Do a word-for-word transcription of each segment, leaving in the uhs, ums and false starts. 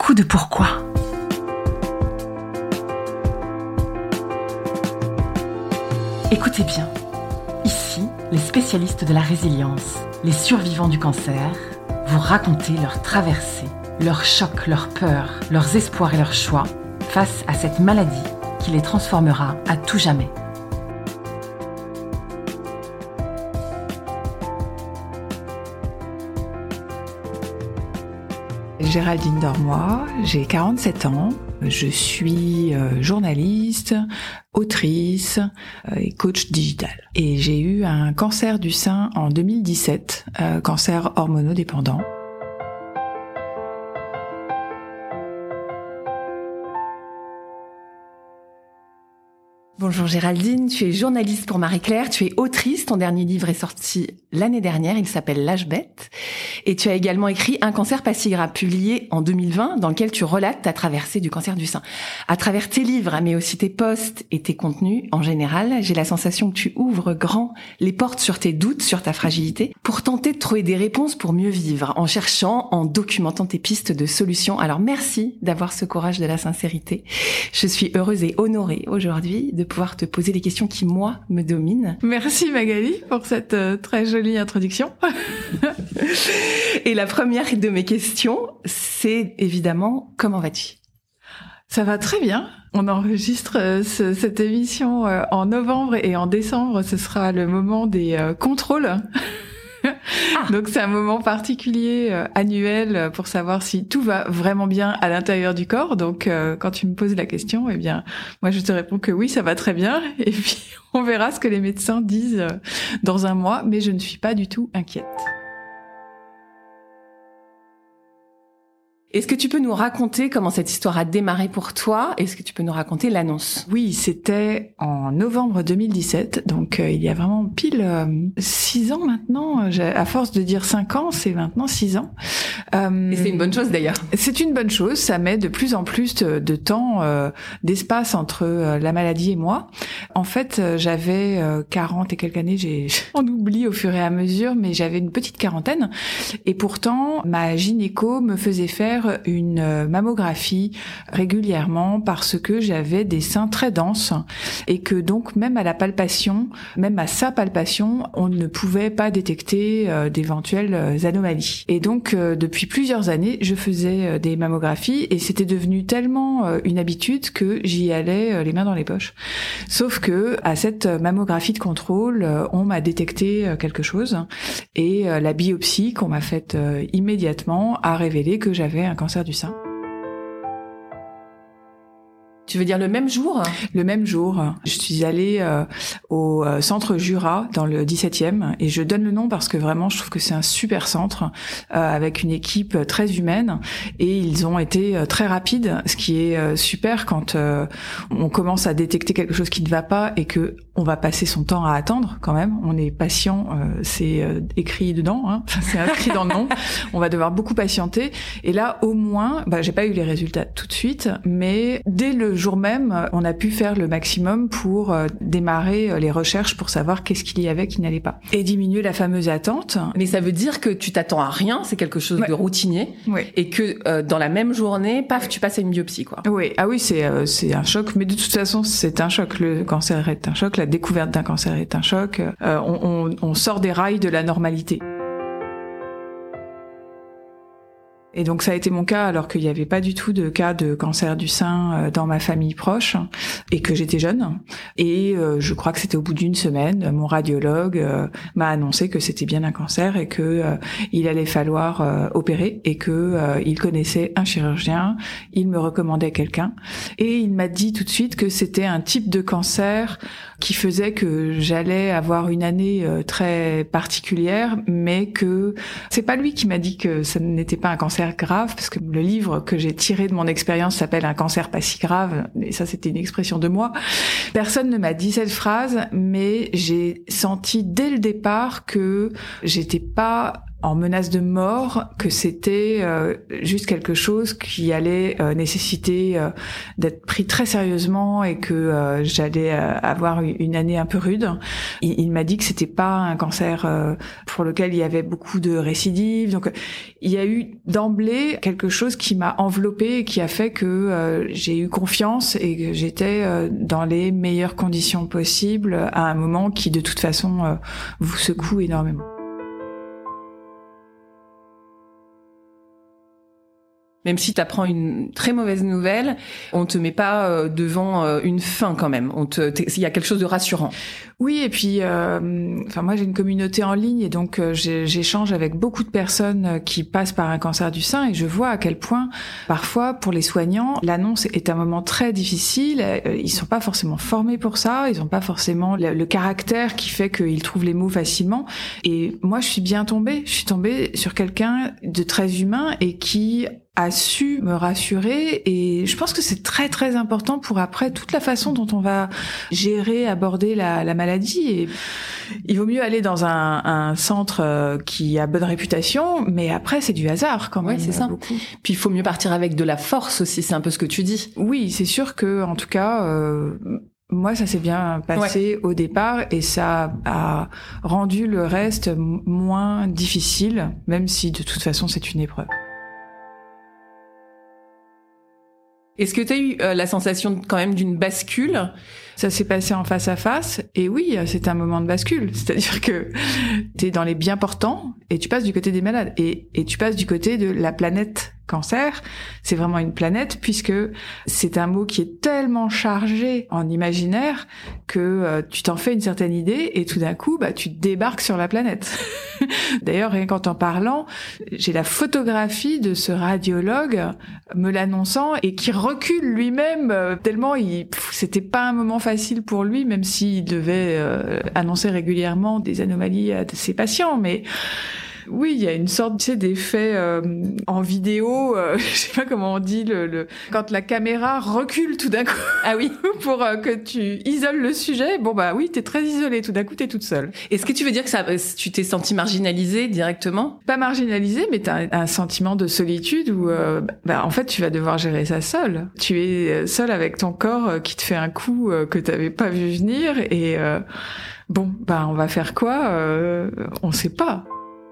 coup de pourquoi. Écoutez bien, ici, les spécialistes de la résilience, les survivants du cancer, vous racontez leur traversée, leurs chocs, leurs peurs, leurs espoirs et leurs choix face à cette maladie qui les transformera à tout jamais. Géraldine Dormoy, j'ai quarante-sept ans, je suis journaliste, autrice et coach digital. Et j'ai eu un cancer du sein en deux mille dix-sept, euh, cancer hormonodépendant. Bonjour Géraldine, tu es journaliste pour Marie-Claire, tu es autrice, ton dernier livre est sorti l'année dernière, il s'appelle L'âge bête, et tu as également écrit Un cancer pas si grave, publié en deux mille vingt, dans lequel tu relates ta traversée du cancer du sein. À travers tes livres, mais aussi tes posts et tes contenus en général, j'ai la sensation que tu ouvres grand les portes sur tes doutes, sur ta fragilité, pour tenter de trouver des réponses pour mieux vivre, en cherchant, en documentant tes pistes de solutions. Alors merci d'avoir ce courage de la sincérité. Je suis heureuse et honorée aujourd'hui de pouvoir te poser des questions qui, moi, me dominent. Merci Magali pour cette euh, très jolie introduction. Et la première de mes questions, c'est évidemment, comment vas-tu ? Ça va très bien. On enregistre euh, ce, cette émission euh, en novembre et en décembre, ce sera le moment des euh, contrôles. Ah. Donc c'est un moment particulier euh, annuel euh, pour savoir si tout va vraiment bien à l'intérieur du corps. Donc euh, quand tu me poses la question, eh bien moi je te réponds que oui, ça va très bien. Et puis on verra ce que les médecins disent euh, dans un mois, mais je ne suis pas du tout inquiète. Est-ce que tu peux nous raconter comment cette histoire a démarré pour toi ? Est-ce que tu peux nous raconter l'annonce ? Oui, c'était en novembre deux mille dix-sept, donc euh, il y a vraiment pile euh, six ans maintenant. J'ai, à force de dire cinq ans, c'est maintenant six ans. Euh, Et c'est une bonne chose d'ailleurs. C'est une bonne chose, ça met de plus en plus de, de temps, euh, d'espace entre euh, la maladie et moi. En fait, euh, j'avais euh, quarante et quelques années, j'ai on oublie au fur et à mesure, mais j'avais une petite quarantaine. Et pourtant, ma gynéco me faisait faire une mammographie régulièrement parce que j'avais des seins très denses et que donc même à la palpation, même à sa palpation, on ne pouvait pas détecter euh, d'éventuelles anomalies. Et donc euh, depuis plusieurs années, je faisais euh, des mammographies et c'était devenu tellement euh, une habitude que j'y allais euh, les mains dans les poches. Sauf que à cette mammographie de contrôle, euh, on m'a détecté euh, quelque chose et euh, la biopsie qu'on m'a faite euh, immédiatement a révélé que j'avais un cancer du sein. Tu veux dire le même jour ? Le même jour. Je suis allée euh, au euh, centre Jura, dans le dix-septième, et je donne le nom parce que vraiment, je trouve que c'est un super centre, euh, avec une équipe très humaine, et ils ont été euh, très rapides, ce qui est euh, super quand euh, on commence à détecter quelque chose qui ne va pas et que on va passer son temps à attendre quand même. On est patient, euh, c'est euh, écrit dedans, hein, c'est inscrit dans le nom. On va devoir beaucoup patienter. Et là, au moins, bah, j'ai pas eu les résultats tout de suite, mais dès le jour même, on a pu faire le maximum pour euh, démarrer euh, les recherches pour savoir qu'est-ce qu'il y avait qui n'allait pas. Et diminuer la fameuse attente. Mais ça veut dire que tu t'attends à rien, c'est quelque chose ouais. de routinier, ouais. et que euh, dans la même journée, paf, tu passes à une biopsie, quoi. Oui, ah oui, c'est euh, c'est un choc, mais de toute façon, c'est un choc. Le cancer est un choc, la découverte d'un cancer est un choc. Euh, on, on, on sort des rails de la normalité. Et donc ça a été mon cas alors qu'il n'y avait pas du tout de cas de cancer du sein dans ma famille proche et que j'étais jeune. Et euh, je crois que c'était au bout d'une semaine, mon radiologue euh, m'a annoncé que c'était bien un cancer et que euh, il allait falloir euh, opérer et que euh, il connaissait un chirurgien, il me recommandait quelqu'un et il m'a dit tout de suite que c'était un type de cancer qui faisait que j'allais avoir une année euh, très particulière, mais que c'est pas lui qui m'a dit que ça n'était pas un cancer grave, parce que le livre que j'ai tiré de mon expérience s'appelle Un cancer pas si grave, et ça c'était une expression de moi. Personne ne m'a dit cette phrase, mais j'ai senti dès le départ que j'étais pas en menace de mort, que c'était euh, juste quelque chose qui allait euh, nécessiter euh, d'être pris très sérieusement et que euh, j'allais euh, avoir une année un peu rude. Il, il m'a dit que c'était pas un cancer euh, pour lequel il y avait beaucoup de récidives. Donc il y a eu d'emblée quelque chose qui m'a enveloppée et qui a fait que euh, j'ai eu confiance et que j'étais euh, dans les meilleures conditions possibles à un moment qui de toute façon euh, vous secoue énormément. Même si tu apprends une très mauvaise nouvelle, on te met pas euh, devant euh, une fin quand même. On te, il y a quelque chose de rassurant. Oui, et puis, euh, enfin moi j'ai une communauté en ligne et donc euh, j'échange avec beaucoup de personnes qui passent par un cancer du sein et je vois à quel point parfois pour les soignants l'annonce est un moment très difficile. Ils sont pas forcément formés pour ça, ils ont pas forcément le, le caractère qui fait qu'ils trouvent les mots facilement. Et moi je suis bien tombée, je suis tombée sur quelqu'un de très humain et qui a su me rassurer et je pense que c'est très très important pour après toute la façon dont on va gérer, aborder la, la maladie. Et il vaut mieux aller dans un, un centre qui a bonne réputation, mais après c'est du hasard quand même. Oui, c'est ça. Beaucoup. Puis il faut mieux partir avec de la force aussi, c'est un peu ce que tu dis. Oui, c'est sûr que en tout cas. Euh, Moi, ça s'est bien passé ouais. au départ et ça a rendu le reste moins difficile, même si de toute façon c'est une épreuve. Est-ce que tu as eu euh, la sensation quand même d'une bascule ? Ça s'est passé en face à face et oui, c'est un moment de bascule. C'est-à-dire que t'es dans les bien portants et tu passes du côté des malades et, et tu passes du côté de la planète cancer. C'est vraiment une planète puisque c'est un mot qui est tellement chargé en imaginaire que euh, tu t'en fais une certaine idée et tout d'un coup, bah, tu débarques sur la planète. D'ailleurs, rien qu'en t'en parlant, j'ai la photographie de ce radiologue me l'annonçant et qui recule lui-même euh, tellement il, pff, c'était pas un moment facile pour lui, même s'il devait euh, annoncer régulièrement des anomalies à ses patients, mais oui, il y a une sorte, tu sais, d'effet euh, en vidéo, euh, je sais pas comment on dit, le, le quand la caméra recule tout d'un coup. Ah oui, pour euh, que tu isoles le sujet. Bon bah oui, t'es très isolée. Tout d'un coup, t'es toute seule. Est-ce que tu veux dire que ça, tu t'es sentie marginalisée directement ? Pas marginalisée, mais t'as un, un sentiment de solitude où, euh, bah en fait, tu vas devoir gérer ça seule. Tu es seule avec ton corps qui te fait un coup que t'avais pas vu venir et euh, bon, bah on va faire quoi ? euh, On sait pas.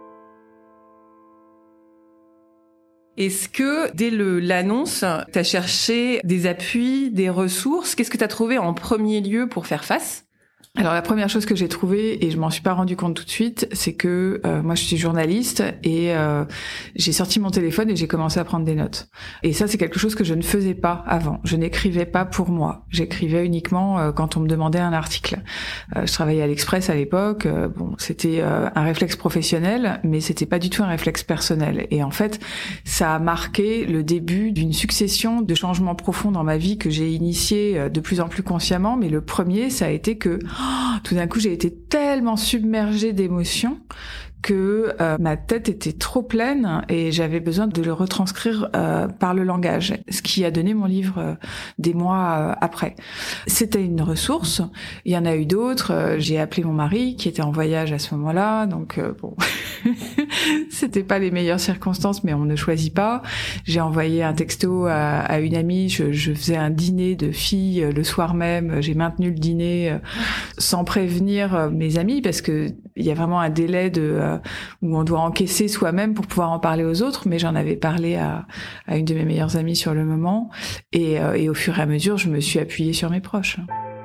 Est-ce que, dès le, l'annonce, tu as cherché des appuis, des ressources ? Qu'est-ce que tu as trouvé en premier lieu pour faire face ? Alors la première chose que j'ai trouvée, et je m'en suis pas rendu compte tout de suite, c'est que euh, moi je suis journaliste et euh, j'ai sorti mon téléphone et j'ai commencé à prendre des notes. Et ça c'est quelque chose que je ne faisais pas avant. Je n'écrivais pas pour moi. J'écrivais uniquement euh, quand on me demandait un article. Euh, je travaillais à l'Express à l'époque. Euh, bon, c'était euh, un réflexe professionnel, mais c'était pas du tout un réflexe personnel. Et en fait, ça a marqué le début d'une succession de changements profonds dans ma vie que j'ai initié de plus en plus consciemment. Mais le premier, ça a été que tout d'un coup, j'ai été tellement submergée d'émotions que euh, ma tête était trop pleine et j'avais besoin de le retranscrire euh, par le langage, ce qui a donné mon livre euh, des mois euh, après. C'était une ressource. Il y en a eu d'autres. Euh, j'ai appelé mon mari qui était en voyage à ce moment-là, donc euh, bon, c'était pas les meilleures circonstances, mais on ne choisit pas. J'ai envoyé un texto à, à une amie. Je, je faisais un dîner de filles euh, le soir même. J'ai maintenu le dîner euh, sans prévenir euh, mes amis parce que il y a vraiment un délai de euh, où on doit encaisser soi-même pour pouvoir en parler aux autres, mais j'en avais parlé à, à une de mes meilleures amies sur le moment, et, euh, et au fur et à mesure, je me suis appuyée sur mes proches.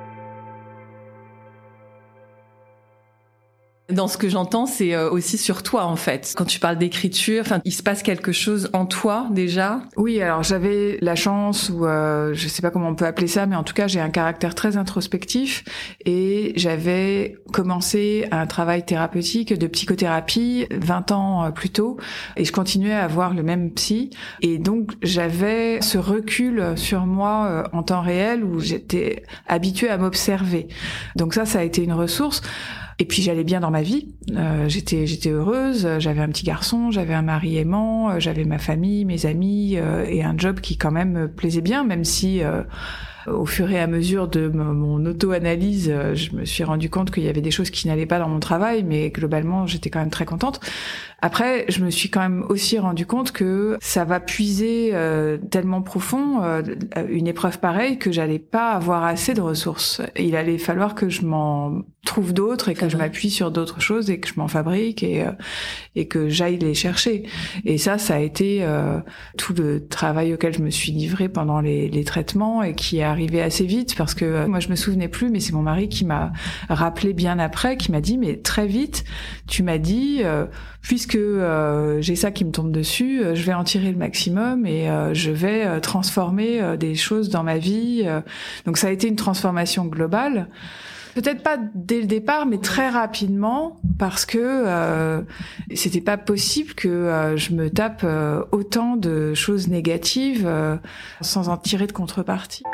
Dans ce que j'entends, c'est aussi sur toi, en fait. Quand tu parles d'écriture, enfin, il se passe quelque chose en toi, déjà? Oui, alors j'avais la chance, ou euh, je sais pas comment on peut appeler ça, mais en tout cas, j'ai un caractère très introspectif, et j'avais commencé un travail thérapeutique de psychothérapie vingt ans plus tôt, et je continuais à avoir le même psy, et donc j'avais ce recul sur moi en temps réel, où j'étais habituée à m'observer. Donc ça, ça a été une ressource. Et puis j'allais bien dans ma vie, euh, j'étais j'étais heureuse, j'avais un petit garçon, j'avais un mari aimant, j'avais ma famille, mes amis euh, et un job qui quand même me plaisait bien, même si euh, Au fur et à mesure de mon auto-analyse, je me suis rendu compte qu'il y avait des choses qui n'allaient pas dans mon travail, mais globalement, j'étais quand même très contente. Après, je me suis quand même aussi rendu compte que ça va puiser euh, tellement profond euh, une épreuve pareille que j'allais pas avoir assez de ressources. Il allait falloir que je m'en trouve d'autres et que je m'appuie sur d'autres choses et que je m'en fabrique et euh, et que j'aille les chercher. Et ça, ça a été euh, tout le travail auquel je me suis livrée pendant les, les traitements et qui est arrivé assez vite parce que euh, moi je me souvenais plus, mais c'est mon mari qui m'a rappelé bien après, qui m'a dit mais très vite, tu m'as dit euh, puisque euh, j'ai ça qui me tombe dessus, euh, je vais en tirer le maximum et euh, je vais euh, transformer euh, des choses dans ma vie. Euh. Donc ça a été une transformation globale. Peut-être pas dès le départ, mais très rapidement, parce que euh, c'était pas possible que euh, je me tape euh, autant de choses négatives euh, sans en tirer de contrepartie.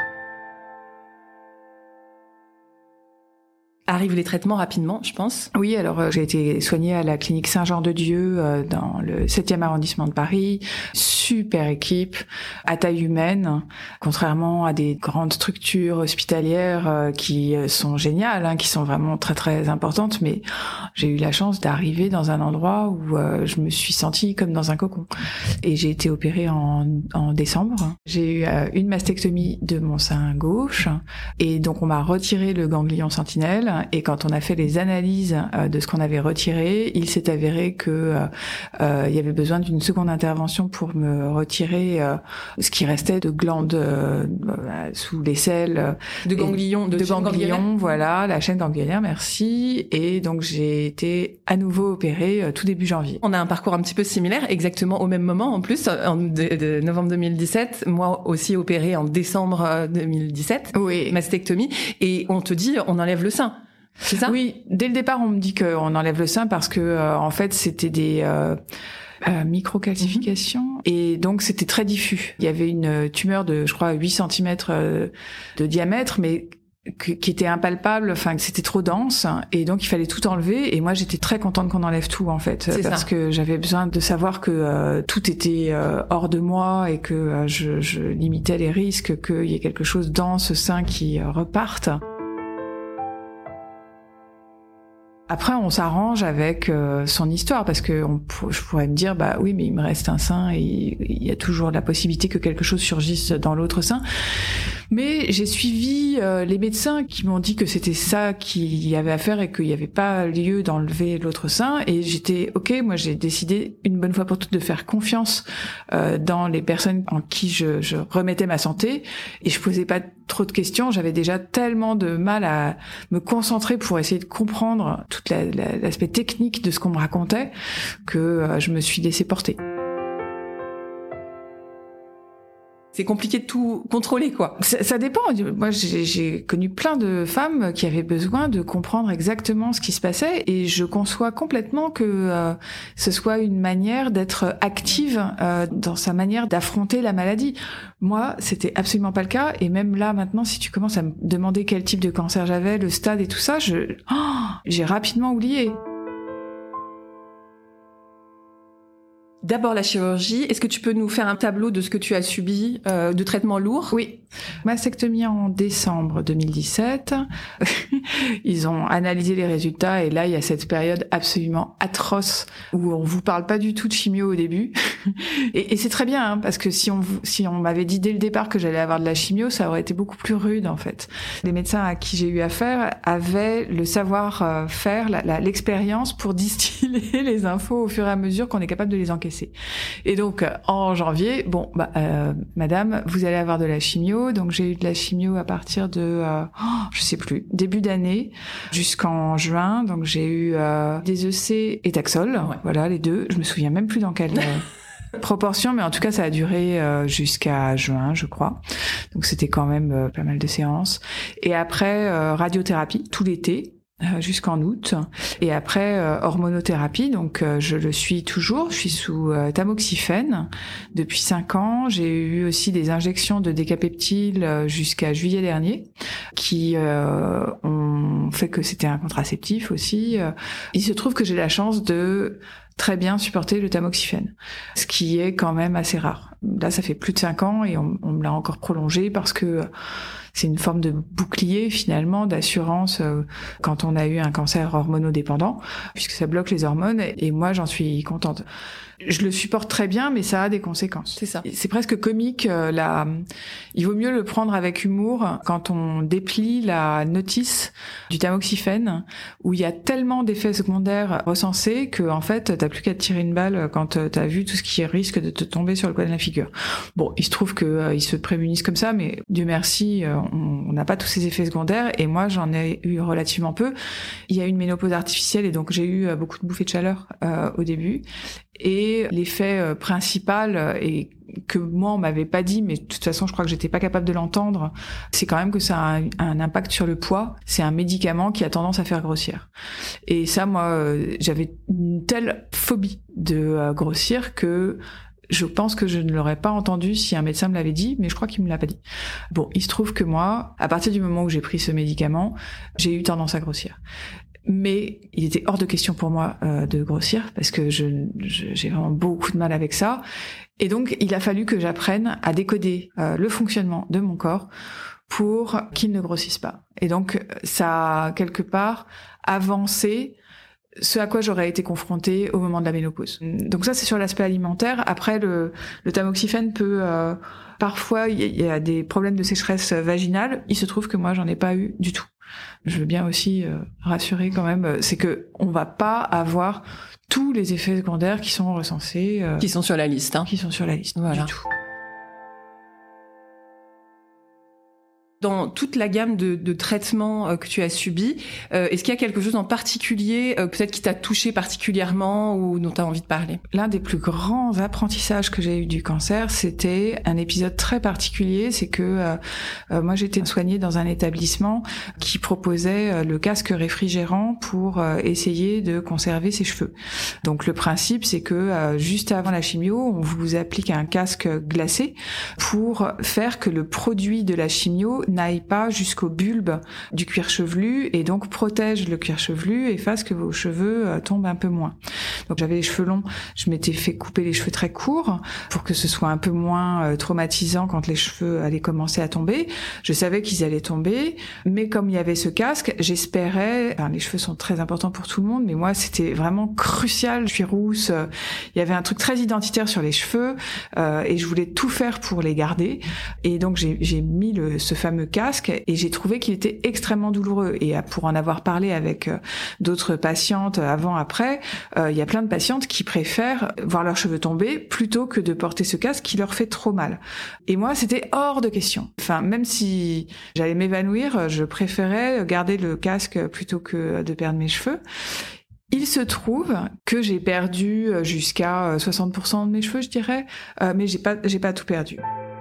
Arrivent les traitements rapidement, je pense. Oui, alors euh, j'ai été soignée à la clinique Saint-Jean-de-Dieu euh, dans le septième arrondissement de Paris. Super équipe, à taille humaine, contrairement à des grandes structures hospitalières euh, qui sont géniales, hein, qui sont vraiment très très importantes. Mais j'ai eu la chance d'arriver dans un endroit où euh, je me suis sentie comme dans un cocon. Et j'ai été opérée en, en décembre. J'ai eu euh, une mastectomie de mon sein gauche et donc on m'a retiré le ganglion sentinelle. Et quand on a fait les analyses euh, de ce qu'on avait retiré, il s'est avéré que euh, euh, il y avait besoin d'une seconde intervention pour me retirer euh, ce qui restait de glandes euh, sous l'aisselle, de ganglions, de, de ganglions, voilà, la chaîne ganglionière, merci. Et donc j'ai été à nouveau opérée euh, tout début janvier. On a un parcours un petit peu similaire, exactement au même moment en plus, en de, de novembre deux mille dix-sept, moi aussi opérée en décembre deux mille dix-sept, oui, mastectomie, et on te dit on enlève le sein. C'est ça ? Oui, dès le départ, on me dit qu'on enlève le sein parce que euh, en fait, c'était des euh, euh, microcalcifications mmh. et donc c'était très diffus. Il y avait une tumeur de, je crois, huit centimètres euh, de diamètre, mais qui était impalpable, enfin que c'était trop dense et donc il fallait tout enlever et moi j'étais très contente qu'on enlève tout en fait. C'est parce ça. Que j'avais besoin de savoir que euh, tout était euh, hors de moi et que euh, je, je limitais les risques qu'il y ait quelque chose dans ce sein qui euh, reparte. Après, on s'arrange avec euh, son histoire parce que on, je pourrais me dire, bah oui, mais il me reste un sein et il y a toujours la possibilité que quelque chose surgisse dans l'autre sein. Mais j'ai suivi euh, les médecins qui m'ont dit que c'était ça qu'il y avait à faire et qu'il n'y avait pas lieu d'enlever l'autre sein. Et j'étais ok, moi j'ai décidé une bonne fois pour toutes de faire confiance euh, dans les personnes en qui je, je remettais ma santé et je posais pas trop de questions. J'avais déjà tellement de mal à me concentrer pour essayer de comprendre tout La, la, l'aspect technique de ce qu'on me racontait que euh, je me suis laissée porter. C'est compliqué de tout contrôler, quoi. Ça, ça dépend. Moi, j'ai, j'ai connu plein de femmes qui avaient besoin de comprendre exactement ce qui se passait, et je conçois complètement que euh, ce soit une manière d'être active euh, dans sa manière d'affronter la maladie. Moi, c'était absolument pas le cas, et même là, maintenant, si tu commences à me demander quel type de cancer j'avais, le stade et tout ça, je, oh, j'ai rapidement oublié. D'abord la chirurgie. Est-ce que tu peux nous faire un tableau de ce que tu as subi euh, de traitements lourds ? Oui. Mastectomie en décembre deux mille dix-sept. Ils ont analysé les résultats et là, il y a cette période absolument atroce où on vous parle pas du tout de chimio au début. et, et c'est très bien, hein, parce que si on, si on m'avait dit dès le départ que j'allais avoir de la chimio, ça aurait été beaucoup plus rude, en fait. Les médecins à qui j'ai eu affaire avaient le savoir-faire, la, la, l'expérience pour distiller les infos au fur et à mesure qu'on est capable de les encaisser. Et donc en janvier, bon, bah, euh, madame, vous allez avoir de la chimio. Donc j'ai eu de la chimio à partir de, euh, oh, je sais plus, début d'année jusqu'en juin. Donc j'ai eu euh, des E C et Taxol, ouais. Voilà les deux. Je me souviens même plus dans quelle euh, proportion, mais en tout cas ça a duré euh, jusqu'à juin, je crois. Donc c'était quand même euh, pas mal de séances. Et après euh, radiothérapie tout l'été. Jusqu'en août, et après euh, hormonothérapie, donc euh, je le suis toujours, je suis sous euh, tamoxifène depuis cinq ans. J'ai eu aussi des injections de décapeptyl euh, jusqu'à juillet dernier, qui euh, ont fait que c'était un contraceptif aussi. Il se trouve que j'ai la chance de très bien supporter le tamoxifène, ce qui est quand même assez rare. Là, ça fait plus de cinq ans et on, on me l'a encore prolongé parce que c'est une forme de bouclier finalement, d'assurance euh, quand on a eu un cancer hormonodépendant, puisque ça bloque les hormones et moi j'en suis contente. Je le supporte très bien, mais ça a des conséquences. C'est ça. C'est presque comique. Euh, la... Il vaut mieux le prendre avec humour quand on déplie la notice du tamoxifène, où il y a tellement d'effets secondaires recensés que en fait, t'as plus qu'à te tirer une balle quand t'as vu tout ce qui risque de te tomber sur le coin de la figure. Bon, il se trouve que euh, ils se prémunissent comme ça, mais Dieu merci, euh, on n'a pas tous ces effets secondaires. Et moi, j'en ai eu relativement peu. Il y a eu une ménopause artificielle et donc j'ai eu euh, beaucoup de bouffées de chaleur euh, au début. Et l'effet euh, principal, euh, et que moi on m'avait pas dit, mais de toute façon je crois que j'étais pas capable de l'entendre, c'est quand même que ça a un, un impact sur le poids. C'est un médicament qui a tendance à faire grossir. Et ça, moi, euh, j'avais une telle phobie de euh, grossir que je pense que je ne l'aurais pas entendu si un médecin me l'avait dit, mais je crois qu'il me l'a pas dit. Bon, il se trouve que moi, à partir du moment où j'ai pris ce médicament, j'ai eu tendance à grossir. Mais il était hors de question pour moi euh, de grossir parce que je, je, j'ai vraiment beaucoup de mal avec ça. Et donc, il a fallu que j'apprenne à décoder euh, le fonctionnement de mon corps pour qu'il ne grossisse pas. Et donc, ça a quelque part avancé ce à quoi j'aurais été confrontée au moment de la ménopause. Donc ça, c'est sur l'aspect alimentaire. Après, le, le tamoxifène peut... Euh, parfois, il y, y a des problèmes de sécheresse vaginale. Il se trouve que moi, j'en ai pas eu du tout. Je veux bien aussi euh, rassurer quand même, c'est que on va pas avoir tous les effets secondaires qui sont recensés, euh, qui sont sur la liste, hein. qui sont sur la liste, voilà. Du tout. Dans toute la gamme de, de traitements euh, que tu as subis, euh, est-ce qu'il y a quelque chose en particulier, euh, peut-être qui t'a touché particulièrement ou dont tu as envie de parler ? L'un des plus grands apprentissages que j'ai eu du cancer, c'était un épisode très particulier. C'est que euh, euh, moi, j'étais soignée dans un établissement qui proposait euh, le casque réfrigérant pour euh, essayer de conserver ses cheveux. Donc, le principe, c'est que euh, juste avant la chimio, on vous applique un casque glacé pour faire que le produit de la chimio n'aille pas jusqu'au bulbe du cuir chevelu et donc protège le cuir chevelu et fasse que vos cheveux euh, tombent un peu moins. Donc j'avais les cheveux longs, je m'étais fait couper les cheveux très courts pour que ce soit un peu moins euh, traumatisant quand les cheveux allaient commencer à tomber. Je savais qu'ils allaient tomber, mais comme il y avait ce casque, j'espérais, enfin, les cheveux sont très importants pour tout le monde, mais moi c'était vraiment crucial, je suis rousse, euh, il y avait un truc très identitaire sur les cheveux euh, et je voulais tout faire pour les garder. Et donc j'ai, j'ai mis le, ce fameux casque et j'ai trouvé qu'il était extrêmement douloureux. Et pour en avoir parlé avec euh, d'autres patientes avant, après, euh, il y a plein de patientes qui préfèrent voir leurs cheveux tomber plutôt que de porter ce casque qui leur fait trop mal. Et moi, c'était hors de question. Enfin, même si j'allais m'évanouir, je préférais garder le casque plutôt que de perdre mes cheveux. Il se trouve que j'ai perdu jusqu'à soixante pour cent de mes cheveux, je dirais, euh, mais j'ai pas, j'ai pas tout perdu.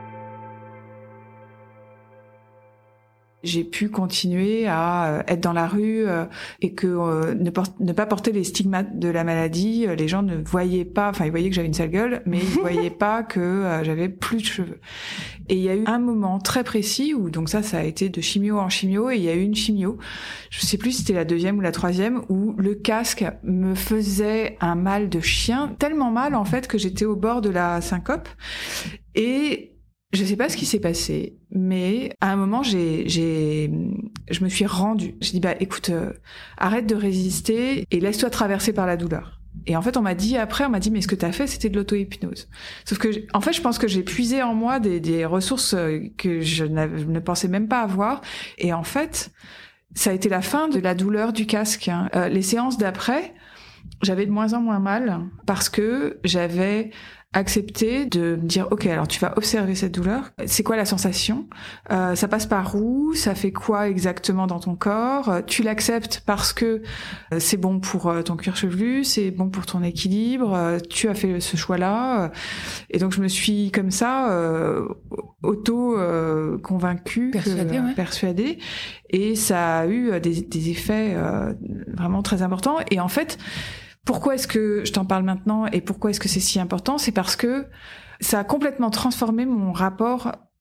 J'ai pu continuer à être dans la rue et que euh, ne, por- ne pas porter les stigmates de la maladie. Les gens ne voyaient pas, enfin ils voyaient que j'avais une sale gueule, mais ils voyaient pas que euh, j'avais plus de cheveux. Et il y a eu un moment très précis où, donc ça, ça a été de chimio en chimio, et il y a eu une chimio, je sais plus si c'était la deuxième ou la troisième, où le casque me faisait un mal de chien, tellement mal en fait que j'étais au bord de la syncope. Et je sais pas ce qui s'est passé, mais à un moment, j'ai, j'ai, je me suis rendue. J'ai dit, bah, écoute, euh, arrête de résister et laisse-toi traverser par la douleur. Et en fait, on m'a dit après, on m'a dit, mais ce que t'as fait, c'était de l'auto-hypnose. Sauf que, en fait, je pense que j'ai puisé en moi des, des ressources que je, je ne pensais même pas avoir. Et en fait, ça a été la fin de la douleur du casque. Hein. Euh, les séances d'après, j'avais de moins en moins mal parce que j'avais accepter de me dire ok, alors tu vas observer cette douleur, c'est quoi la sensation, euh, ça passe par où, ça fait quoi exactement dans ton corps, euh, tu l'acceptes parce que euh, c'est bon pour euh, ton cuir chevelu, c'est bon pour ton équilibre, euh, tu as fait ce choix là euh, et donc je me suis comme ça euh, auto euh, convaincue, persuadée, que, ouais. persuadée, et ça a eu des, des effets euh, vraiment très importants. Et en fait, pourquoi est-ce que je t'en parle maintenant et pourquoi est-ce que c'est si important ? C'est parce que ça a complètement transformé mon rapport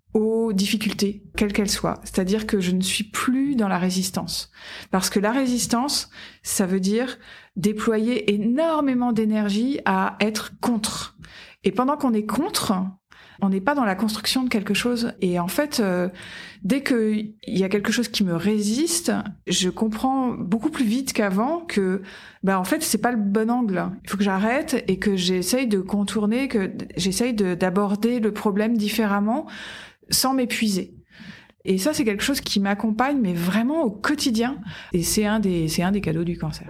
aux difficultés, quelles qu'elles soient. C'est-à-dire que je ne suis plus dans la résistance. Parce que la résistance, ça veut dire déployer énormément d'énergie à être contre. Et pendant qu'on est contre, on n'est pas dans la construction de quelque chose. Et en fait, euh, dès qu'il y a quelque chose qui me résiste, je comprends beaucoup plus vite qu'avant que, bah en fait, c'est pas le bon angle. Il faut que j'arrête et que j'essaye de contourner, que j'essaye de, d'aborder le problème différemment, sans m'épuiser. Et ça, c'est quelque chose qui m'accompagne, mais vraiment au quotidien. Et c'est un des, c'est un des cadeaux du cancer.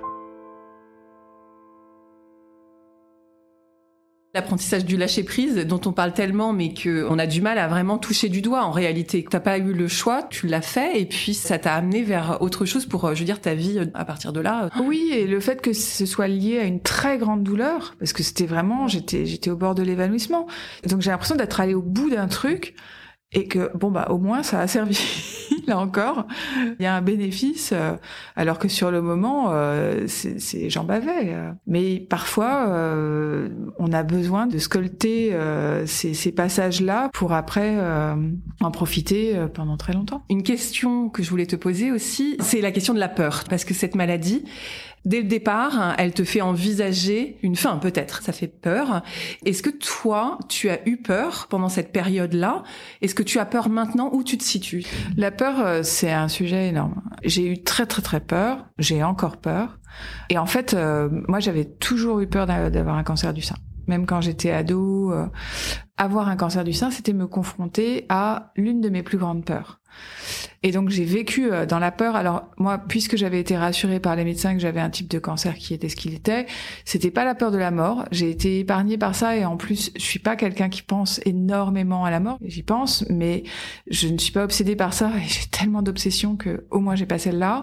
L'apprentissage du lâcher-prise dont on parle tellement, mais qu'on a du mal à vraiment toucher du doigt en réalité. T'as pas eu le choix, tu l'as fait, et puis ça t'a amené vers autre chose pour, je veux dire, ta vie à partir de là. Oui, et le fait que ce soit lié à une très grande douleur, parce que c'était vraiment, j'étais, j'étais au bord de l'évanouissement. Donc j'ai l'impression d'être allée au bout d'un truc, et que, bon, bah, au moins, ça a servi. Là encore, il y a un bénéfice, euh, alors que sur le moment, euh, c'est, c'est, j'en bavais. Euh. Mais parfois, euh, on a besoin de scolter euh, ces, ces passages-là pour après euh, en profiter euh, pendant très longtemps. Une question que je voulais te poser aussi, c'est la question de la peur. Parce que cette maladie, dès le départ, elle te fait envisager une fin, peut-être. Ça fait peur. Est-ce que toi, tu as eu peur pendant cette période-là? Est-ce que tu as peur maintenant? Où tu te situes? La peur, c'est un sujet énorme. J'ai eu très très très peur. J'ai encore peur. Et en fait, euh, moi, j'avais toujours eu peur d'avoir un cancer du sein. Même quand j'étais ado, euh, avoir un cancer du sein, c'était me confronter à l'une de mes plus grandes peurs. Et donc j'ai vécu dans la peur. Alors moi, puisque j'avais été rassurée par les médecins que j'avais un type de cancer qui était ce qu'il était, c'était pas la peur de la mort. J'ai été épargnée par ça, et en plus, je suis pas quelqu'un qui pense énormément à la mort. J'y pense, mais je ne suis pas obsédée par ça, et j'ai tellement d'obsessions que au moins j'ai pas celle-là.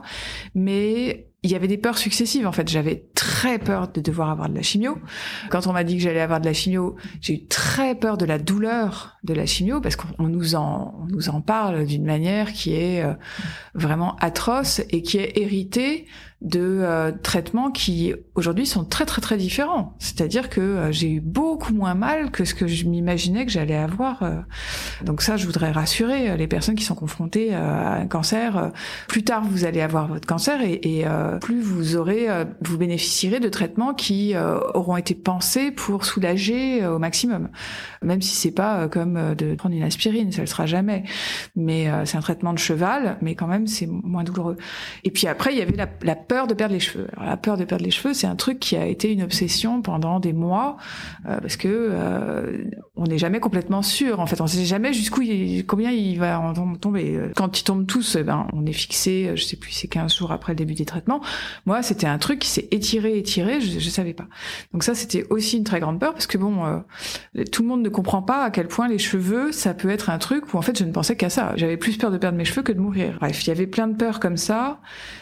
Mais il y avait des peurs successives. En fait, j'avais très peur de devoir avoir de la chimio. Quand on m'a dit que j'allais avoir de la chimio, j'ai eu très peur de la douleur de la chimio, parce qu'on nous en, on nous en parle d'une manière qui est euh, vraiment atroce et qui est héritée de euh, traitements qui aujourd'hui sont très très très différents. C'est-à-dire que euh, j'ai eu beaucoup moins mal que ce que je m'imaginais que j'allais avoir. Euh. Donc ça, je voudrais rassurer euh, les personnes qui sont confrontées euh, à un cancer. Euh, plus tard, vous allez avoir votre cancer, et, et euh, plus vous aurez, euh, vous bénéficierez de traitements qui euh, auront été pensés pour soulager euh, au maximum. Même si c'est pas euh, comme euh, de prendre une aspirine, ça le sera jamais. Mais euh, c'est un traitement de cheval, mais quand même c'est moins douloureux. Et puis après, il y avait la, la peur de perdre les cheveux. Alors, la peur de perdre les cheveux, c'est un truc qui a été une obsession pendant des mois, euh, parce que euh, on n'est jamais complètement sûr. En fait, on sait jamais jusqu'où, il, combien il va en tomber. Quand ils tombent tous, ben, on est fixé, je sais plus, c'est quinze jours après le début des traitements. Moi, c'était un truc qui s'est étiré, étiré, je, je savais pas. Donc ça, c'était aussi une très grande peur, parce que bon, euh, tout le monde ne comprend pas à quel point les cheveux, ça peut être un truc où en fait, je ne pensais qu'à ça. J'avais plus peur de perdre mes cheveux que de mourir. Bref, il y avait plein de peurs comme ça,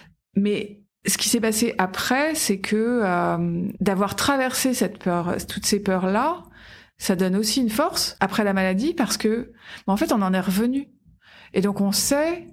mais ce qui s'est passé après, c'est que euh, d'avoir traversé cette peur, toutes ces peurs-là, ça donne aussi une force après la maladie, parce que, en fait, on en est revenu. Et donc, on sait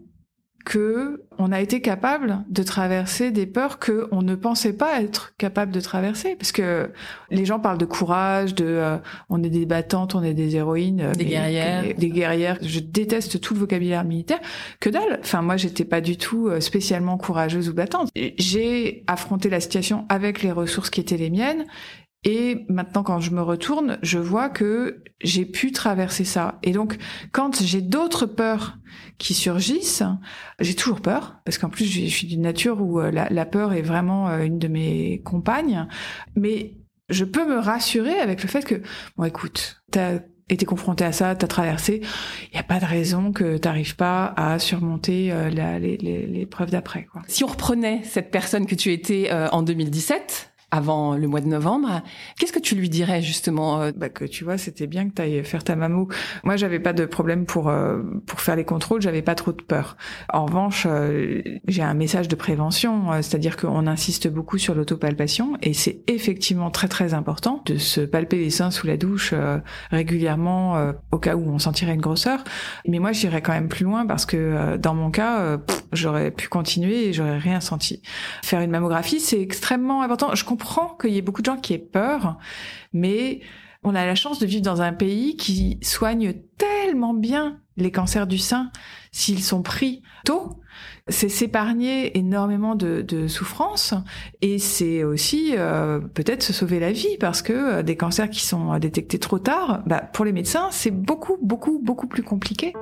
que on a été capable de traverser des peurs que on ne pensait pas être capable de traverser, parce que les gens parlent de courage, de euh, on est des battantes, on est des héroïnes, des guerrières, que, des guerrières. Je déteste tout le vocabulaire militaire. Que dalle. Enfin, moi, j'étais pas du tout spécialement courageuse ou battante. J'ai affronté la situation avec les ressources qui étaient les miennes. Et maintenant, quand je me retourne, je vois que j'ai pu traverser ça. Et donc, quand j'ai d'autres peurs qui surgissent, j'ai toujours peur, parce qu'en plus, je suis d'une nature où la, la peur est vraiment une de mes compagnes. Mais je peux me rassurer avec le fait que, bon, écoute, t'as été confronté à ça, t'as traversé, il n'y a pas de raison que t'arrives pas à surmonter euh, la, les, les, l'épreuve d'après, quoi. Si on reprenait cette personne que tu étais euh, en deux mille dix-sept, avant le mois de novembre, qu'est-ce que tu lui dirais justement euh... bah que tu vois, c'était bien que tu ailles faire ta mammo. Moi, j'avais pas de problème pour euh, pour faire les contrôles, j'avais pas trop de peur. En revanche, euh, j'ai un message de prévention, euh, c'est-à-dire qu'on insiste beaucoup sur l'autopalpation, et c'est effectivement très très important de se palper les seins sous la douche euh, régulièrement euh, au cas où on sentirait une grosseur. Mais moi, j'irais quand même plus loin, parce que euh, dans mon cas, euh, pff, j'aurais pu continuer et j'aurais rien senti. Faire une mammographie, c'est extrêmement important. Je comprends qu'il y ait beaucoup de gens qui aient peur, mais On a la chance de vivre dans un pays qui soigne tellement bien les cancers du sein s'ils sont pris tôt. C'est s'épargner énormément de, de souffrance et c'est aussi euh, peut-être se sauver la vie parce que euh, des cancers qui sont détectés trop tard, bah, pour les médecins, c'est beaucoup, beaucoup, beaucoup plus compliqué.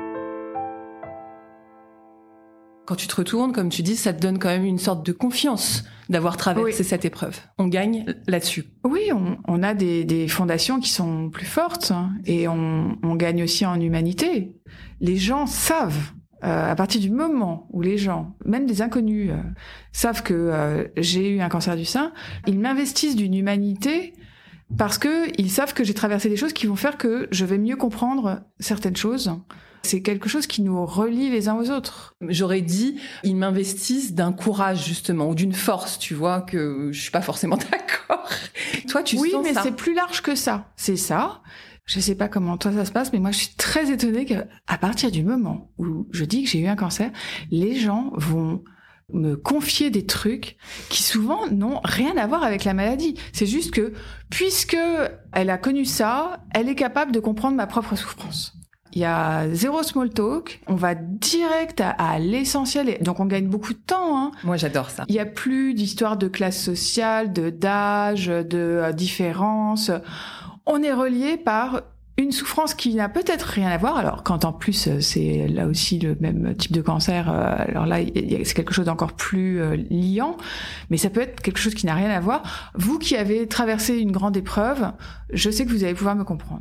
Quand tu te retournes, comme tu dis, ça te donne quand même une sorte de confiance d'avoir traversé oui. cette épreuve. On gagne là-dessus. Oui, on, on a des, des fondations qui sont plus fortes et on, on gagne aussi en humanité. Les gens savent, euh, à partir du moment où les gens, même des inconnus, euh, savent que euh, j'ai eu un cancer du sein, ils m'investissent d'une humanité parce que ils savent que j'ai traversé des choses qui vont faire que je vais mieux comprendre certaines choses. C'est quelque chose qui nous relie les uns aux autres. J'aurais dit, ils m'investissent d'un courage, justement, ou d'une force, tu vois, que je suis pas forcément d'accord. Toi, tu oui, sens ça? Oui, mais c'est plus large que ça. C'est ça. Je sais pas comment toi ça se passe, mais moi, je suis très étonnée qu'à partir du moment où je dis que j'ai eu un cancer, les gens vont me confier des trucs qui souvent n'ont rien à voir avec la maladie. C'est juste que, puisque elle a connu ça, elle est capable de comprendre ma propre souffrance. Il y a zéro small talk, on va direct à, à l'essentiel, et donc on gagne beaucoup de temps. Hein. Moi, j'adore ça. Il y a plus d'histoire de classe sociale, de d'âge, de euh, différence. On est relié par une souffrance qui n'a peut-être rien à voir. Alors, quand en plus c'est là aussi le même type de cancer, euh, alors là, c'est quelque chose d'encore plus euh, liant, mais ça peut être quelque chose qui n'a rien à voir. Vous qui avez traversé une grande épreuve, je sais que vous allez pouvoir me comprendre.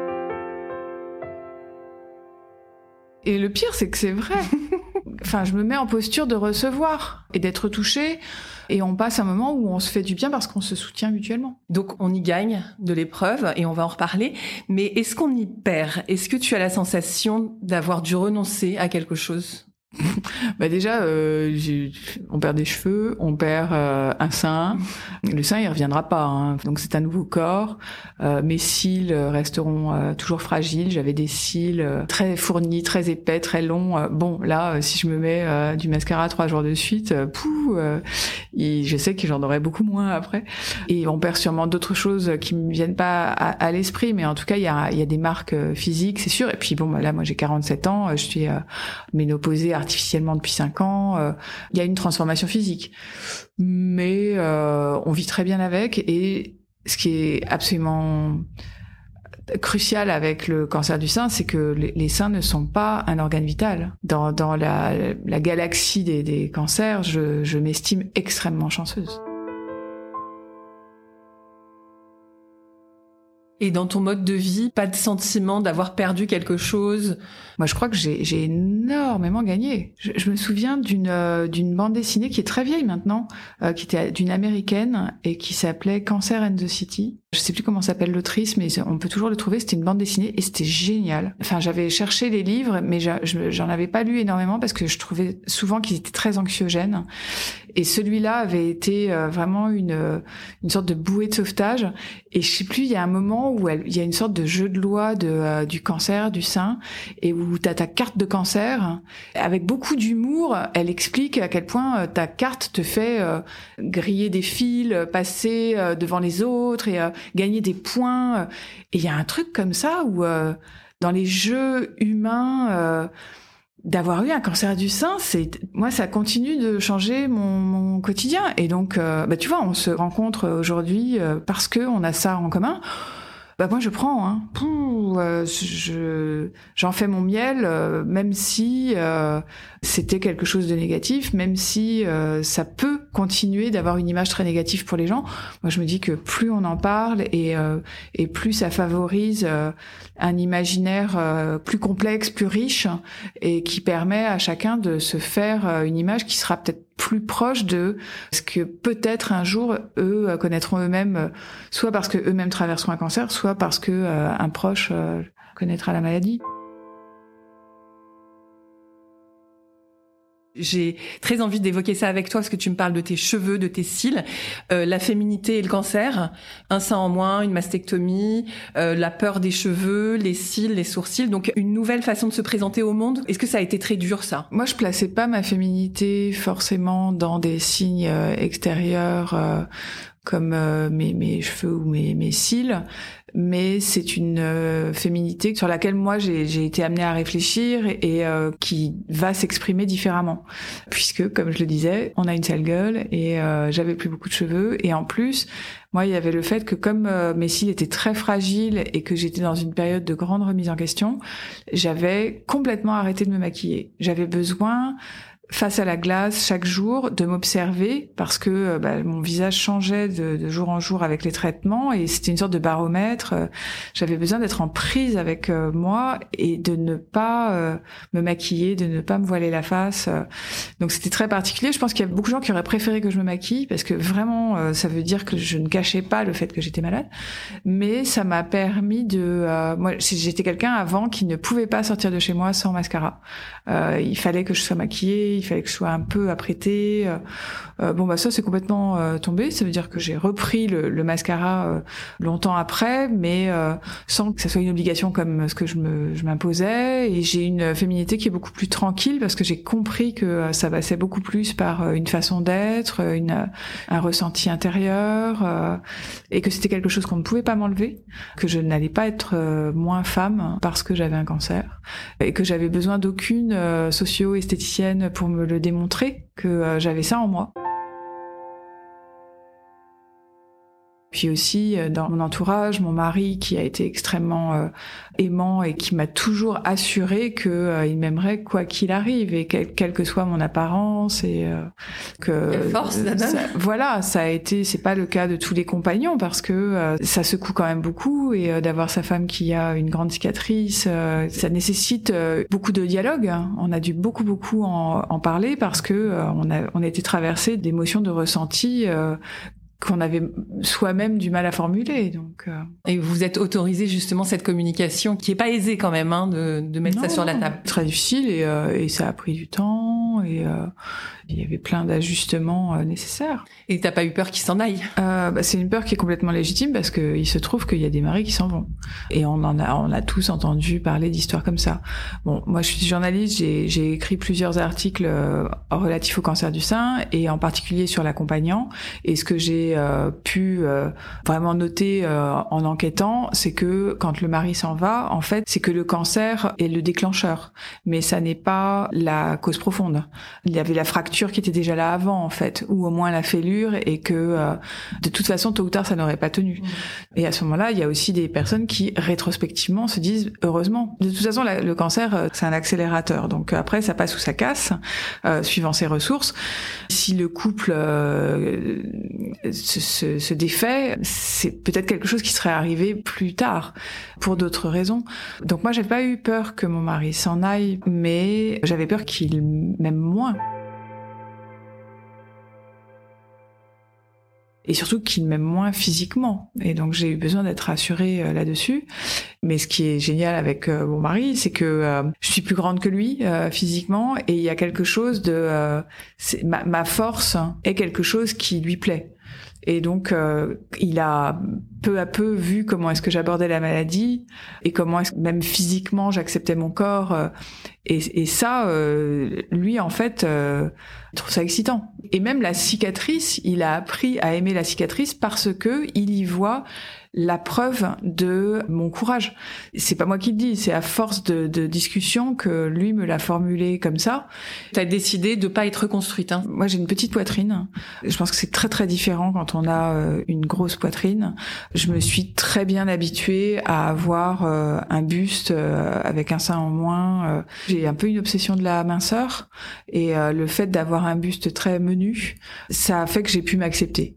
Et le pire, c'est que c'est vrai. Enfin, je me mets en posture de recevoir et d'être touchée. Et on passe un moment où on se fait du bien parce qu'on se soutient mutuellement. Donc, on y gagne de l'épreuve et on va en reparler. Mais est-ce qu'on y perd? Est-ce que tu as la sensation d'avoir dû renoncer à quelque chose? Bah déjà, euh, j'ai... on perd des cheveux, on perd euh, un sein. Le sein, il reviendra pas. Hein. Donc c'est un nouveau corps. Euh, mes cils resteront euh, toujours fragiles. J'avais des cils euh, très fournis, très épais, très longs. Euh, bon, là, euh, si je me mets euh, du mascara trois jours de suite, euh, pouh, euh, et je sais que j'en aurai beaucoup moins après. Et on perd sûrement d'autres choses qui me viennent pas à, à l'esprit, mais en tout cas, il y a, il y a des marques physiques, c'est sûr. Et puis bon, bah, là, moi, j'ai quarante-sept ans, je suis euh, ménopausée artificiellement depuis cinq ans, euh, il y a une transformation physique. Mais euh, on vit très bien avec et ce qui est absolument crucial avec le cancer du sein, c'est que les, les seins ne sont pas un organe vital. Dans, dans la, la galaxie des, des cancers, je, je m'estime extrêmement chanceuse. Et dans ton mode de vie, pas de sentiment d'avoir perdu quelque chose? Moi, je crois que j'ai, j'ai énormément gagné. Je, je me souviens d'une, euh, d'une bande dessinée qui est très vieille maintenant, euh, qui était d'une américaine et qui s'appelait Cancer and the City. Je sais plus comment s'appelle l'autrice, mais on peut toujours le trouver. C'était une bande dessinée et c'était génial. Enfin, j'avais cherché les livres, mais j'en avais pas lu énormément parce que je trouvais souvent qu'ils étaient très anxiogènes. Et celui-là avait été euh, vraiment une une sorte de bouée de sauvetage. Et je sais plus, il y a un moment où elle, il y a une sorte de jeu de loi de euh, du cancer du sein et où t'as ta carte de cancer avec beaucoup d'humour. Elle explique à quel point euh, ta carte te fait euh, griller des fils, passer euh, devant les autres et euh, gagner des points. Et il y a un truc comme ça où euh, dans les jeux humains. Euh, D'avoir eu un cancer du sein, c'est moi ça continue de changer mon, mon quotidien et donc euh, bah tu vois on se rencontre aujourd'hui euh, parce que on a ça en commun. Bah moi je prends hein. Pouh, euh, je j'en fais mon miel euh, même si euh, c'était quelque chose de négatif, même si euh, ça peut continuer d'avoir une image très négative pour les gens. Moi je me dis que plus on en parle et euh, et plus ça favorise euh, un imaginaire euh, plus complexe, plus riche et qui permet à chacun de se faire euh, une image qui sera peut-être plus proche de ce que peut-être un jour eux connaîtront eux-mêmes, soit parce que eux-mêmes traverseront un cancer, soit parce que euh, un proche euh, connaîtra la maladie. J'ai très envie d'évoquer ça avec toi parce que tu me parles de tes cheveux, de tes cils, euh, la féminité et le cancer, un sein en moins, une mastectomie, euh, la peur des cheveux, les cils, les sourcils, donc une nouvelle façon de se présenter au monde. Est-ce que ça a été très dur ça? Moi, je plaçais pas ma féminité forcément dans des signes euh, extérieurs. Euh, comme euh, mes, mes cheveux ou mes, mes cils, mais c'est une euh, féminité sur laquelle moi j'ai, j'ai été amenée à réfléchir et, et euh, qui va s'exprimer différemment, puisque comme je le disais, on a une sale gueule et euh, j'avais plus beaucoup de cheveux, et en plus moi il y avait le fait que comme euh, mes cils étaient très fragiles et que j'étais dans une période de grande remise en question, j'avais complètement arrêté de me maquiller. J'avais besoin, face à la glace chaque jour, de m'observer parce que bah, mon visage changeait de, de jour en jour avec les traitements et c'était une sorte de baromètre. J'avais besoin d'être en prise avec euh, moi et de ne pas euh, me maquiller, de ne pas me voiler la face. Donc c'était très particulier. Je pense qu'il y a beaucoup de gens qui auraient préféré que je me maquille parce que vraiment euh, ça veut dire que je ne cachais pas le fait que j'étais malade. Mais ça m'a permis de... Euh, moi j'étais quelqu'un avant qui ne pouvait pas sortir de chez moi sans mascara. Euh, il fallait que je sois maquillée, il fallait que je sois un peu apprêtée. Euh, bon bah ça c'est complètement euh, tombé. Ça veut dire que j'ai repris le, le mascara euh, longtemps après, mais euh, sans que ça soit une obligation comme ce que je me je m'imposais. Et j'ai une féminité qui est beaucoup plus tranquille parce que j'ai compris que euh, ça passait beaucoup plus par euh, une façon d'être, une euh, un ressenti intérieur, euh, et que c'était quelque chose qu'on ne pouvait pas m'enlever, que je n'allais pas être euh, moins femme parce que j'avais un cancer, et que j'avais besoin d'aucune euh, socio-esthéticienne pour me le démontrer que euh, j'avais ça en moi. Puis aussi, dans mon entourage, mon mari qui a été extrêmement euh, aimant et qui m'a toujours assuré que euh, il m'aimerait quoi qu'il arrive et quelle quelle que soit mon apparence, et euh, que quelle force ça donne. Ça, voilà, ça a été, c'est pas le cas de tous les compagnons parce que euh, ça secoue quand même beaucoup, et euh, d'avoir sa femme qui a une grande cicatrice, euh, ça nécessite euh, beaucoup de dialogue. On a dû beaucoup beaucoup en, en parler parce que euh, on a on a été traversé d'émotions, de ressentis euh, qu'on avait soi-même du mal à formuler. Donc, euh... Et vous êtes autorisé justement cette communication qui est pas aisée quand même, hein, de, de mettre non, ça sur la table. Très difficile, et, euh, et ça a pris du temps, et euh, il y avait plein d'ajustements euh, nécessaires. Et t'as pas eu peur qu'il s'en aille? euh, bah, C'est une peur qui est complètement légitime parce que il se trouve qu'il y a des maris qui s'en vont, et on en a, on a tous entendu parler d'histoires comme ça. Bon, moi je suis journaliste, j'ai, j'ai écrit plusieurs articles euh, relatifs au cancer du sein et en particulier sur l'accompagnant. Et ce que j'ai euh, pu euh, vraiment noter euh, en enquêtant, c'est que quand le mari s'en va, en fait, c'est que le cancer est le déclencheur, mais ça n'est pas la cause profonde. Il y avait la fracture qui était déjà là avant, en fait, ou au moins la fêlure, et que euh, de toute façon, tôt ou tard, ça n'aurait pas tenu. Mmh. Et à ce moment-là, il y a aussi des personnes qui, rétrospectivement, se disent heureusement. De toute façon, la, le cancer, c'est un accélérateur. Donc après, ça passe ou ça casse, euh, suivant ses ressources. Si le couple euh, se, se, se défait, c'est peut-être quelque chose qui serait arrivé plus tard, pour d'autres raisons. Donc moi, j'ai pas eu peur que mon mari s'en aille, mais j'avais peur qu'il m'aime moins. Et surtout qu'il m'aime moins physiquement. Et donc j'ai eu besoin d'être rassurée euh, là-dessus. Mais ce qui est génial avec euh, mon mari, c'est que euh, je suis plus grande que lui euh, physiquement, et il y a quelque chose de... Euh, c'est, ma, ma force est quelque chose qui lui plaît. Et donc, euh, il a peu à peu vu comment est-ce que j'abordais la maladie et comment est-ce que même physiquement j'acceptais mon corps. Euh, et, et ça, euh, lui, en fait, euh, il trouve ça excitant. Et même la cicatrice, il a appris à aimer la cicatrice parce que il y voit la preuve de mon courage. C'est pas moi qui le dis, c'est à force de, de discussion que lui me l'a formulé comme ça. T'as décidé de pas être reconstruite, hein. Moi, j'ai une petite poitrine. Je pense que c'est très très différent quand on a euh, une grosse poitrine. Je me suis très bien habituée à avoir euh, un buste euh, avec un sein en moins. Euh, j'ai un peu une obsession de la minceur, et euh, le fait d'avoir un buste très menu, ça a fait que j'ai pu m'accepter.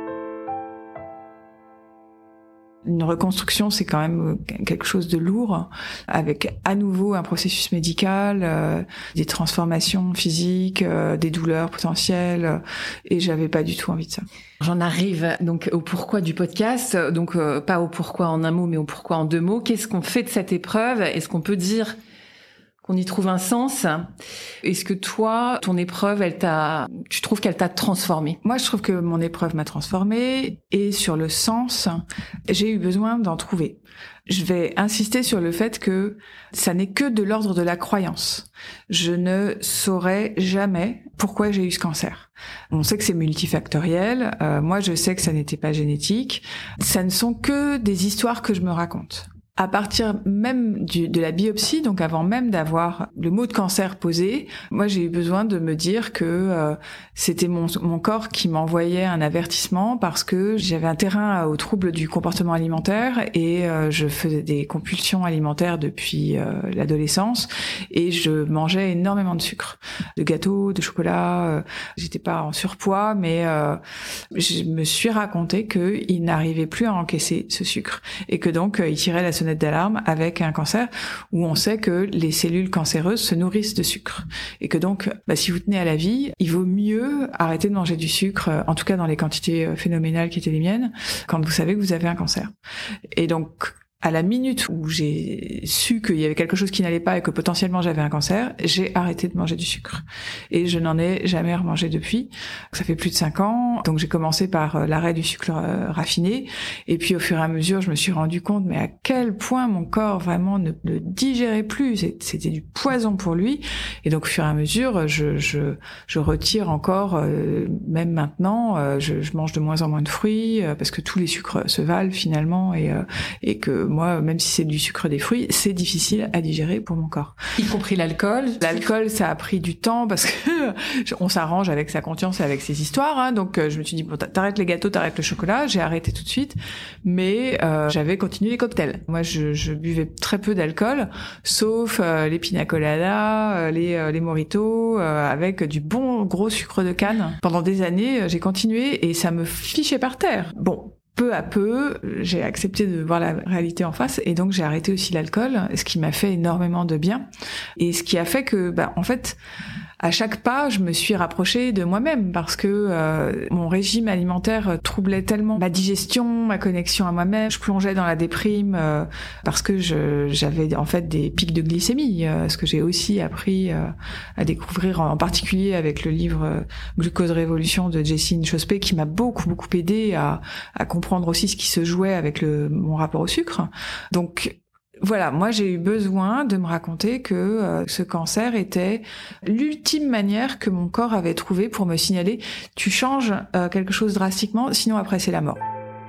Une reconstruction, c'est quand même quelque chose de lourd, avec à nouveau un processus médical, euh, des transformations physiques, euh, des douleurs potentielles, euh, et j'avais pas du tout envie de ça. J'en arrive donc au pourquoi du podcast, donc euh, pas au pourquoi en un mot, mais au pourquoi en deux mots. Qu'est-ce qu'on fait de cette épreuve? Est-ce qu'on peut dire qu'on y trouve un sens? Est-ce que toi, ton épreuve, elle t'a, tu trouves qu'elle t'a transformée? Moi, je trouve que mon épreuve m'a transformée, et sur le sens, j'ai eu besoin d'en trouver. je vais insister sur le fait que ça n'est que de l'ordre de la croyance. Je ne saurais jamais pourquoi j'ai eu ce cancer. On sait que c'est multifactoriel. Euh, moi, je sais que ça n'était pas génétique. Ça ne sont que des histoires que je me raconte. À partir même du, de la biopsie, donc avant même d'avoir le mot de cancer posé, moi j'ai eu besoin de me dire que euh, c'était mon, mon corps qui m'envoyait un avertissement parce que j'avais un terrain aux troubles du comportement alimentaire et euh, je faisais des compulsions alimentaires depuis euh, l'adolescence et je mangeais énormément de sucre, de gâteaux, de chocolat. Euh, j'étais pas en surpoids, mais euh, je me suis raconté que il n'arrivait plus à encaisser ce sucre et que donc euh, il tirait la sonnette d'alarme avec un cancer où on sait que les cellules cancéreuses se nourrissent de sucre et que donc bah, si vous tenez à la vie, il vaut mieux arrêter de manger du sucre, en tout cas dans les quantités phénoménales qui étaient les miennes, quand vous savez que vous avez un cancer. Et donc à la minute où j'ai su qu'il y avait quelque chose qui n'allait pas et que potentiellement j'avais un cancer, j'ai arrêté de manger du sucre. Et je n'en ai jamais remangé depuis. Ça fait plus de cinq ans. Donc j'ai commencé par l'arrêt du sucre raffiné. Et puis au fur et à mesure, je me suis rendu compte, mais à quel point mon corps vraiment ne le digérait plus. C'était du poison pour lui. Et donc au fur et à mesure, je, je, je retire encore, euh, même maintenant, euh, je, je mange de moins en moins de fruits euh, parce que tous les sucres se valent finalement et, euh, et que moi, même si c'est du sucre des fruits, c'est difficile à digérer pour mon corps. Y compris l'alcool. L'alcool, ça a pris du temps parce que on s'arrange avec sa conscience et avec ses histoires. Hein, donc, je me suis dit, bon, t'arrêtes les gâteaux, t'arrêtes le chocolat. J'ai arrêté tout de suite, mais euh, j'avais continué les cocktails. Moi, je, je buvais très peu d'alcool, sauf euh, les pina coladas, euh, les, euh, les mojitos, euh, avec du bon gros sucre de canne. Pendant des années, j'ai continué et ça me fichait par terre. Bon. Peu à peu, j'ai accepté de voir la réalité en face et donc j'ai arrêté aussi l'alcool, ce qui m'a fait énormément de bien et ce qui a fait que, bah, en fait, à chaque pas, je me suis rapprochée de moi-même parce que euh, mon régime alimentaire troublait tellement ma digestion, ma connexion à moi-même. Je plongeais dans la déprime euh, parce que je, j'avais en fait des pics de glycémie, euh, ce que j'ai aussi appris euh, à découvrir en particulier avec le livre euh, Glucose Révolution de Jessine Chospé qui m'a beaucoup beaucoup aidé à, à comprendre aussi ce qui se jouait avec le, mon rapport au sucre. Donc voilà, moi j'ai eu besoin de me raconter que euh, ce cancer était l'ultime manière que mon corps avait trouvé pour me signaler « tu changes euh, quelque chose drastiquement, sinon après c'est la mort ».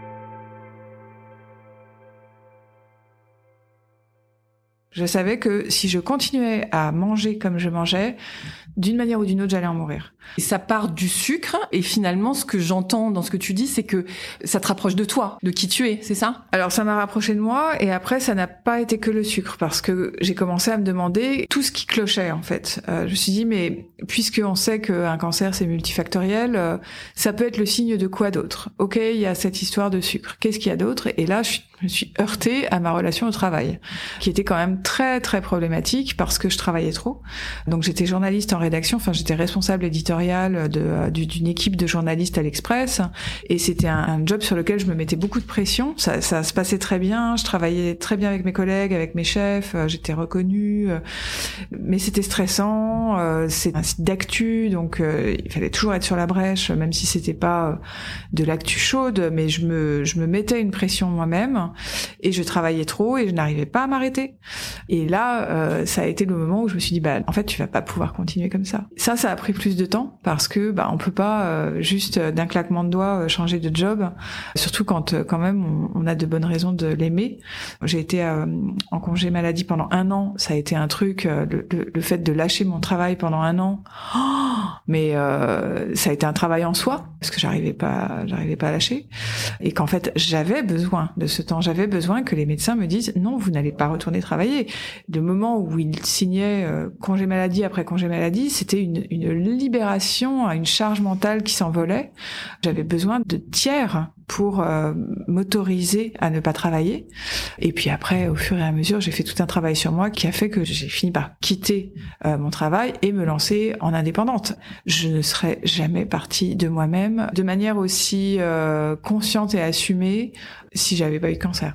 Je savais que si je continuais à manger comme je mangeais, d'une manière ou d'une autre, j'allais en mourir. Et ça part du sucre, et finalement, ce que j'entends dans ce que tu dis, c'est que ça te rapproche de toi, de qui tu es, c'est ça? Alors, ça m'a rapproché de moi, et après, ça n'a pas été que le sucre, parce que j'ai commencé à me demander tout ce qui clochait, en fait. Euh, je me suis dit, mais puisqu'on sait qu'un cancer, c'est multifactoriel, euh, ça peut être le signe de quoi d'autre? Ok, il y a cette histoire de sucre. Qu'est-ce qu'il y a d'autre? Et là, je suis je me suis heurtée à ma relation au travail, qui était quand même très très problématique parce que je travaillais trop. Donc j'étais journaliste en rédaction, enfin j'étais responsable éditoriale de, d'une équipe de journalistes à l'Express, et c'était un, un job sur lequel je me mettais beaucoup de pression. Ça, ça se passait très bien, je travaillais très bien avec mes collègues, avec mes chefs, j'étais reconnue, mais c'était stressant. C'est un site d'actu, donc il fallait toujours être sur la brèche, même si c'était pas de l'actu chaude, mais je me je me mettais une pression moi-même. Et je travaillais trop et je n'arrivais pas à m'arrêter. Et là, euh, ça a été le moment où je me suis dit, bah, en fait, tu vas pas pouvoir continuer comme ça. Ça, ça a pris plus de temps parce que, bah, on peut pas euh, juste d'un claquement de doigts euh, changer de job. Surtout quand, euh, quand même, on, on a de bonnes raisons de l'aimer. J'ai été euh, en congé maladie pendant un an. Ça a été un truc, euh, le, le, le fait de lâcher mon travail pendant un an. Oh, mais euh, ça a été un travail en soi parce que j'arrivais pas, j'arrivais pas à lâcher. Et qu'en fait, j'avais besoin de ce temps. J'avais besoin que les médecins me disent non, vous n'allez pas retourner travailler. Le moment où ils signaient euh, congé maladie après congé maladie, c'était une, une libération, une charge mentale qui s'envolait. J'avais besoin de tiers pour euh, m'autoriser à ne pas travailler. Et puis après, au fur et à mesure, j'ai fait tout un travail sur moi qui a fait que j'ai fini par quitter euh, mon travail et me lancer en indépendante. Je ne serais jamais partie de moi-même de manière aussi euh, consciente et assumée si j'avais pas eu de cancer.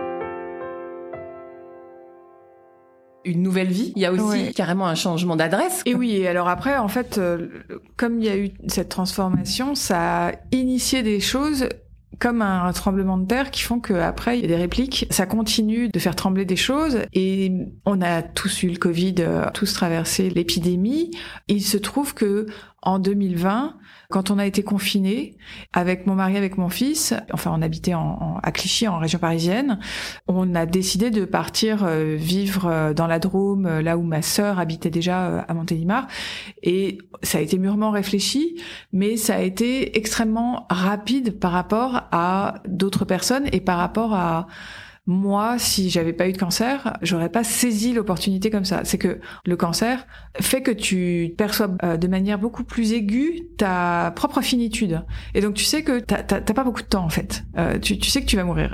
Une nouvelle vie, il y a aussi ouais. carrément un changement d'adresse. Et oui, et alors après, en fait, euh, comme il y a eu cette transformation, ça a initié des choses comme un tremblement de terre qui font qu'après, il y a des répliques. Ça continue de faire trembler des choses. Et on a tous eu le Covid, tous traversé l'épidémie. Il se trouve que en deux mille vingt, quand on a été confinés, avec mon mari, avec mon fils, enfin on habitait en, en, à Clichy, en région parisienne, on a décidé de partir euh, vivre euh, dans la Drôme, euh, là où ma sœur habitait déjà euh, à Montélimar. Et ça a été mûrement réfléchi, mais ça a été extrêmement rapide par rapport à d'autres personnes et par rapport à... Moi, si j'avais pas eu de cancer, j'aurais pas saisi l'opportunité comme ça. C'est que le cancer fait que tu perçois euh, de manière beaucoup plus aiguë ta propre finitude. Et donc tu sais que t'as, t'as, t'as pas beaucoup de temps en fait. Euh, tu, tu sais que tu vas mourir.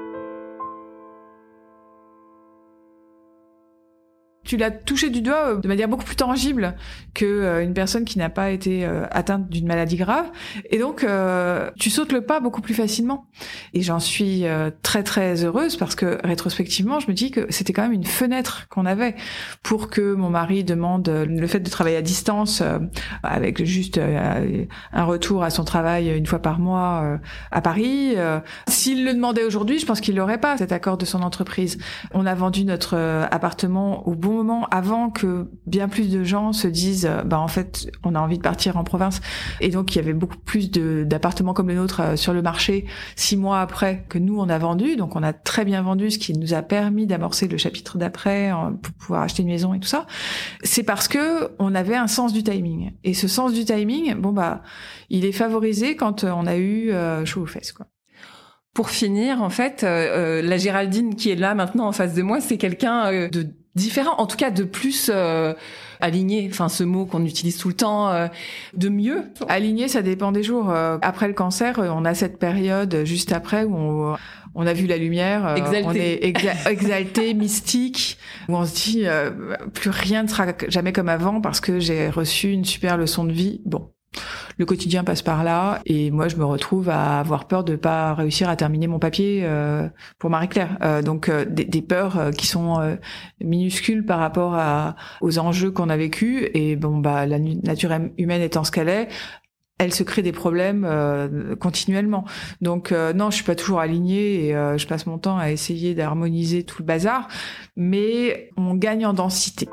Tu l'as touché du doigt de manière beaucoup plus tangible que euh, une personne qui n'a pas été euh, atteinte d'une maladie grave. Et donc, euh, tu sautes le pas beaucoup plus facilement. Et j'en suis euh, très, très heureuse parce que, rétrospectivement, je me dis que c'était quand même une fenêtre qu'on avait pour que mon mari demande le fait de travailler à distance euh, avec juste euh, un retour à son travail une fois par mois euh, à Paris. Euh, s'il le demandait aujourd'hui, je pense qu'il l'aurait pas, cet accord de son entreprise. On a vendu notre euh, appartement au bon moment avant que bien plus de gens se disent bah en fait on a envie de partir en province, et donc il y avait beaucoup plus de d'appartements comme le nôtre euh, sur le marché six mois après que nous on a vendu. Donc on a très bien vendu, ce qui nous a permis d'amorcer le chapitre d'après euh, pour pouvoir acheter une maison et tout ça. C'est parce que on avait un sens du timing, et ce sens du timing, bon bah il est favorisé quand on a eu euh, chaud aux fesses quoi. Pour finir, en fait, euh, la Géraldine qui est là maintenant en face de moi, c'est quelqu'un euh, de différent, en tout cas de plus euh, aligné, enfin ce mot qu'on utilise tout le temps, euh, de mieux. Aligné, ça dépend des jours. Euh, après le cancer, on a cette période juste après où on, on a vu la lumière, euh, exalté. On est exa- exalté, mystique, où on se dit euh, plus rien ne sera jamais comme avant parce que j'ai reçu une super leçon de vie. Bon. Le quotidien passe par là, et moi je me retrouve à avoir peur de pas réussir à terminer mon papier euh, pour Marie-Claire. Euh, donc euh, des, des peurs euh, qui sont euh, minuscules par rapport à, aux enjeux qu'on a vécus. Et bon bah la nature humaine étant ce qu'elle est, elle se crée des problèmes euh, continuellement. Donc euh, non, je suis pas toujours alignée, et euh, je passe mon temps à essayer d'harmoniser tout le bazar, mais on gagne en densité.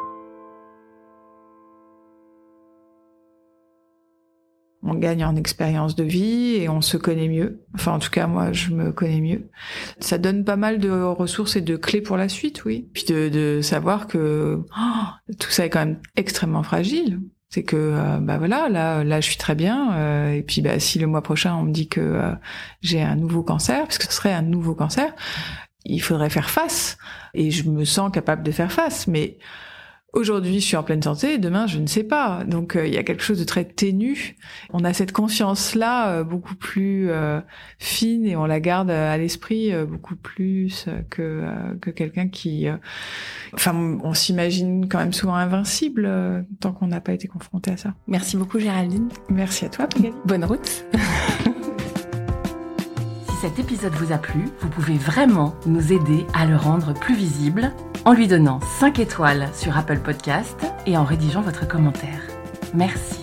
On gagne en expérience de vie et on se connaît mieux. Enfin, en tout cas, moi, je me connais mieux. Ça donne pas mal de ressources et de clés pour la suite, oui. Puis de, de savoir que oh, tout ça est quand même extrêmement fragile. C'est que, euh, bah voilà, là, là, je suis très bien. Euh, et puis, bah, si le mois prochain on me dit que euh, j'ai un nouveau cancer, parce que ce serait un nouveau cancer, il faudrait faire face. Et je me sens capable de faire face, mais aujourd'hui, je suis en pleine santé, demain, je ne sais pas. Donc, euh, il y a quelque chose de très ténu. On a cette conscience-là euh, beaucoup plus euh, fine, et on la garde à l'esprit euh, beaucoup plus que euh, que quelqu'un qui... Euh... Enfin, on s'imagine quand même souvent invincible euh, tant qu'on n'a pas été confronté à ça. Merci beaucoup, Géraldine. Merci à toi, Magali. Bonne route. Si cet épisode vous a plu, vous pouvez vraiment nous aider à le rendre plus visible en lui donnant cinq étoiles sur Apple Podcast et en rédigeant votre commentaire. Merci.